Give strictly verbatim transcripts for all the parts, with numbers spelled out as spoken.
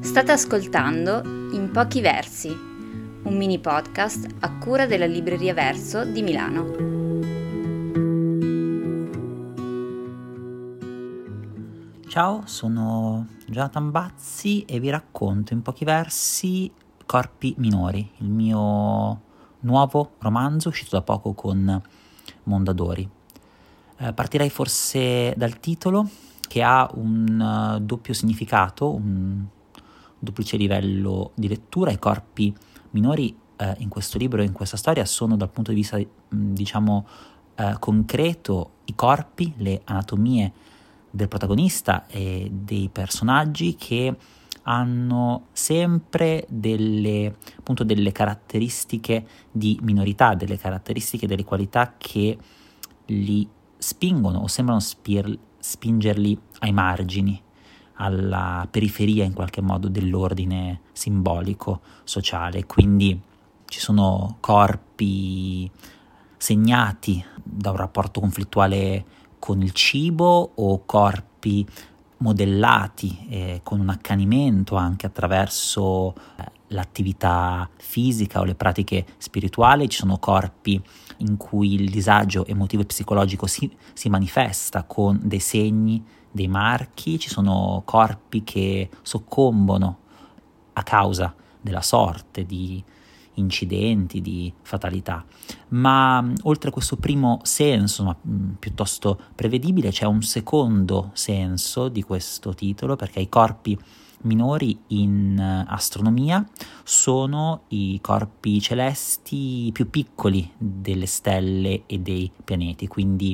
State ascoltando In pochi versi, un mini podcast a cura della Libreria Verso di Milano. Ciao, sono Jonathan Bazzi e vi racconto in pochi versi Corpi minori, il mio nuovo romanzo uscito da poco con Mondadori. Eh, partirei forse dal titolo, che ha un uh, doppio significato, un duplice livello di lettura. I corpi minori eh, in questo libro e in questa storia sono, dal punto di vista mh, diciamo eh, concreto, i corpi, le anatomie del protagonista e dei personaggi che hanno sempre delle, appunto, delle caratteristiche di minorità, delle caratteristiche, delle qualità che li spingono o sembrano spir- spingerli ai margini, alla periferia in qualche modo dell'ordine simbolico sociale. Quindi ci sono corpi segnati da un rapporto conflittuale con il cibo o corpi modellati eh, con un accanimento anche attraverso eh, l'attività fisica o le pratiche spirituali. Ci sono corpi in cui il disagio emotivo e psicologico si, si manifesta con dei segni, dei marchi. Ci sono corpi che soccombono a causa della sorte, di incidenti, di fatalità. Ma mh, oltre a questo primo senso, ma mh, piuttosto prevedibile, c'è un secondo senso di questo titolo, perché i corpi minori in uh, astronomia sono i corpi celesti più piccoli delle stelle e dei pianeti, quindi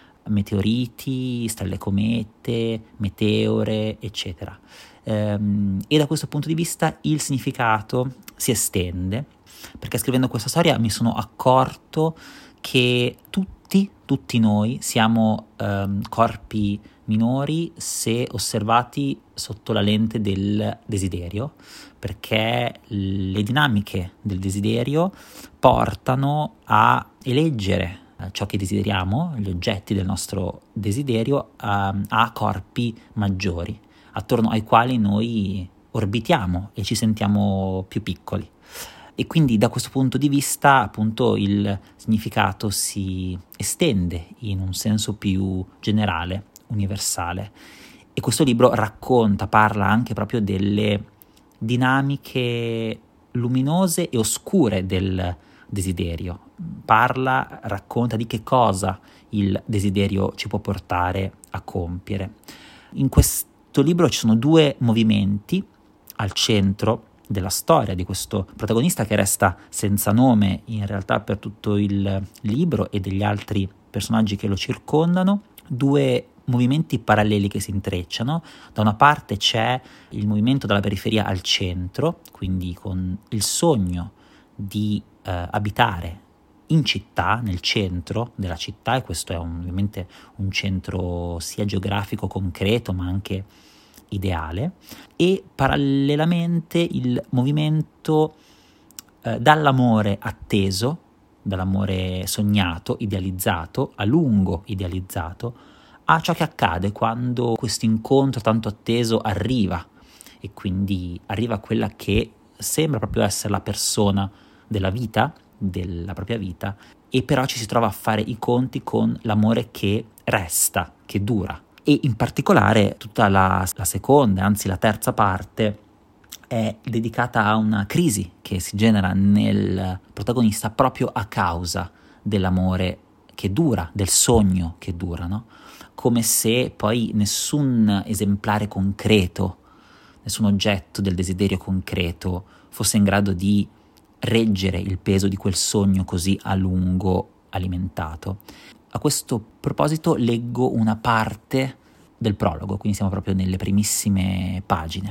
meteoriti, stelle comete, meteore, eccetera. Ehm, e da questo punto di vista il significato si estende, perché scrivendo questa storia mi sono accorto che tutti, tutti noi siamo ehm, corpi minori se osservati sotto la lente del desiderio, perché le dinamiche del desiderio portano a eleggere ciò che desideriamo, gli oggetti del nostro desiderio, a, a corpi maggiori, attorno ai quali noi orbitiamo e ci sentiamo più piccoli. E quindi da questo punto di vista appunto il significato si estende in un senso più generale, universale. E questo libro racconta, parla anche proprio delle dinamiche luminose e oscure del desiderio. Parla, racconta di che cosa il desiderio ci può portare a compiere. In questo libro ci sono due movimenti al centro della storia di questo protagonista, che resta senza nome in realtà per tutto il libro, e degli altri personaggi che lo circondano. Due movimenti paralleli che si intrecciano. Da una parte c'è il movimento dalla periferia al centro, quindi con il sogno di eh, abitare in città, nel centro della città, e questo è un, ovviamente un centro sia geografico concreto ma anche ideale, e parallelamente il movimento eh, dall'amore atteso, dall'amore sognato, idealizzato, a lungo idealizzato, a ciò che accade quando questo incontro tanto atteso arriva, e quindi arriva quella che sembra proprio essere la persona della vita, della propria vita, e però ci si trova a fare i conti con l'amore che resta, che dura. E in particolare tutta la, la seconda, anzi la terza parte, è dedicata a una crisi che si genera nel protagonista proprio a causa dell'amore che dura, del sogno che dura, no? Come se poi nessun esemplare concreto, nessun oggetto del desiderio concreto fosse in grado di reggere il peso di quel sogno così a lungo alimentato. A questo proposito leggo una parte del prologo, quindi siamo proprio nelle primissime pagine.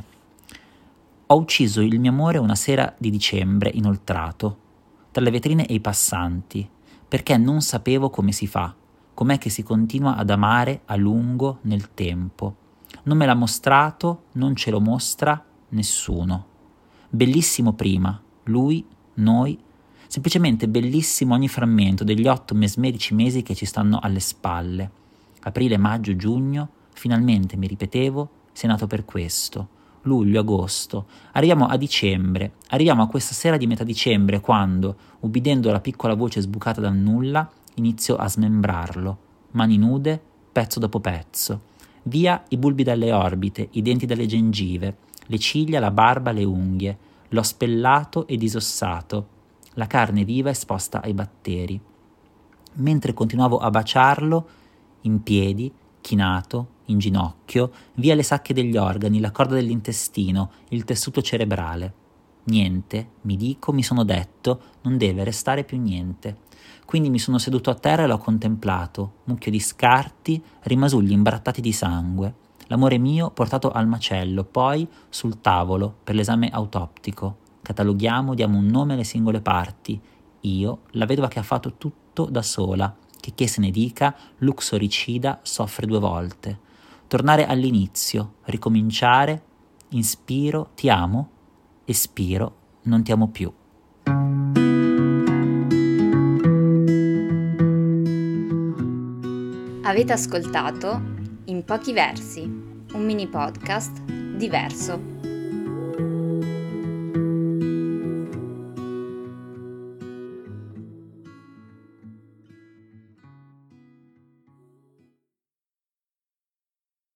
Ho ucciso il mio amore una sera di dicembre inoltrato, tra le vetrine e i passanti, perché non sapevo come si fa, com'è che si continua ad amare a lungo nel tempo. Non me l'ha mostrato, non ce lo mostra nessuno. Bellissimo prima, lui, noi, semplicemente bellissimo ogni frammento degli otto mesmerici mesi che ci stanno alle spalle. Aprile, maggio, giugno, finalmente mi ripetevo, sei nato per questo. luglio, agosto, arriviamo a dicembre, arriviamo a questa sera di metà dicembre quando, ubbidendo la piccola voce sbucata dal nulla, inizio a smembrarlo, mani nude, pezzo dopo pezzo, via i bulbi dalle orbite, i denti dalle gengive, le ciglia, la barba, le unghie, l'ho spellato e disossato, la carne viva esposta ai batteri. Mentre continuavo a baciarlo, in piedi, chinato, in ginocchio, via le sacche degli organi, la corda dell'intestino, il tessuto cerebrale. Niente, mi dico, mi sono detto, non deve restare più niente. Quindi mi sono seduto a terra e l'ho contemplato, mucchio di scarti, rimasugli imbrattati di sangue. L'amore mio portato al macello, poi sul tavolo per l'esame autoptico. Cataloghiamo, diamo un nome alle singole parti. Io, la vedova che ha fatto tutto da sola, che che se ne dica, luxoricida soffre due volte. Tornare all'inizio, ricominciare, inspiro, ti amo, espiro, non ti amo più. Avete ascoltato In pochi versi, un mini podcast diverso.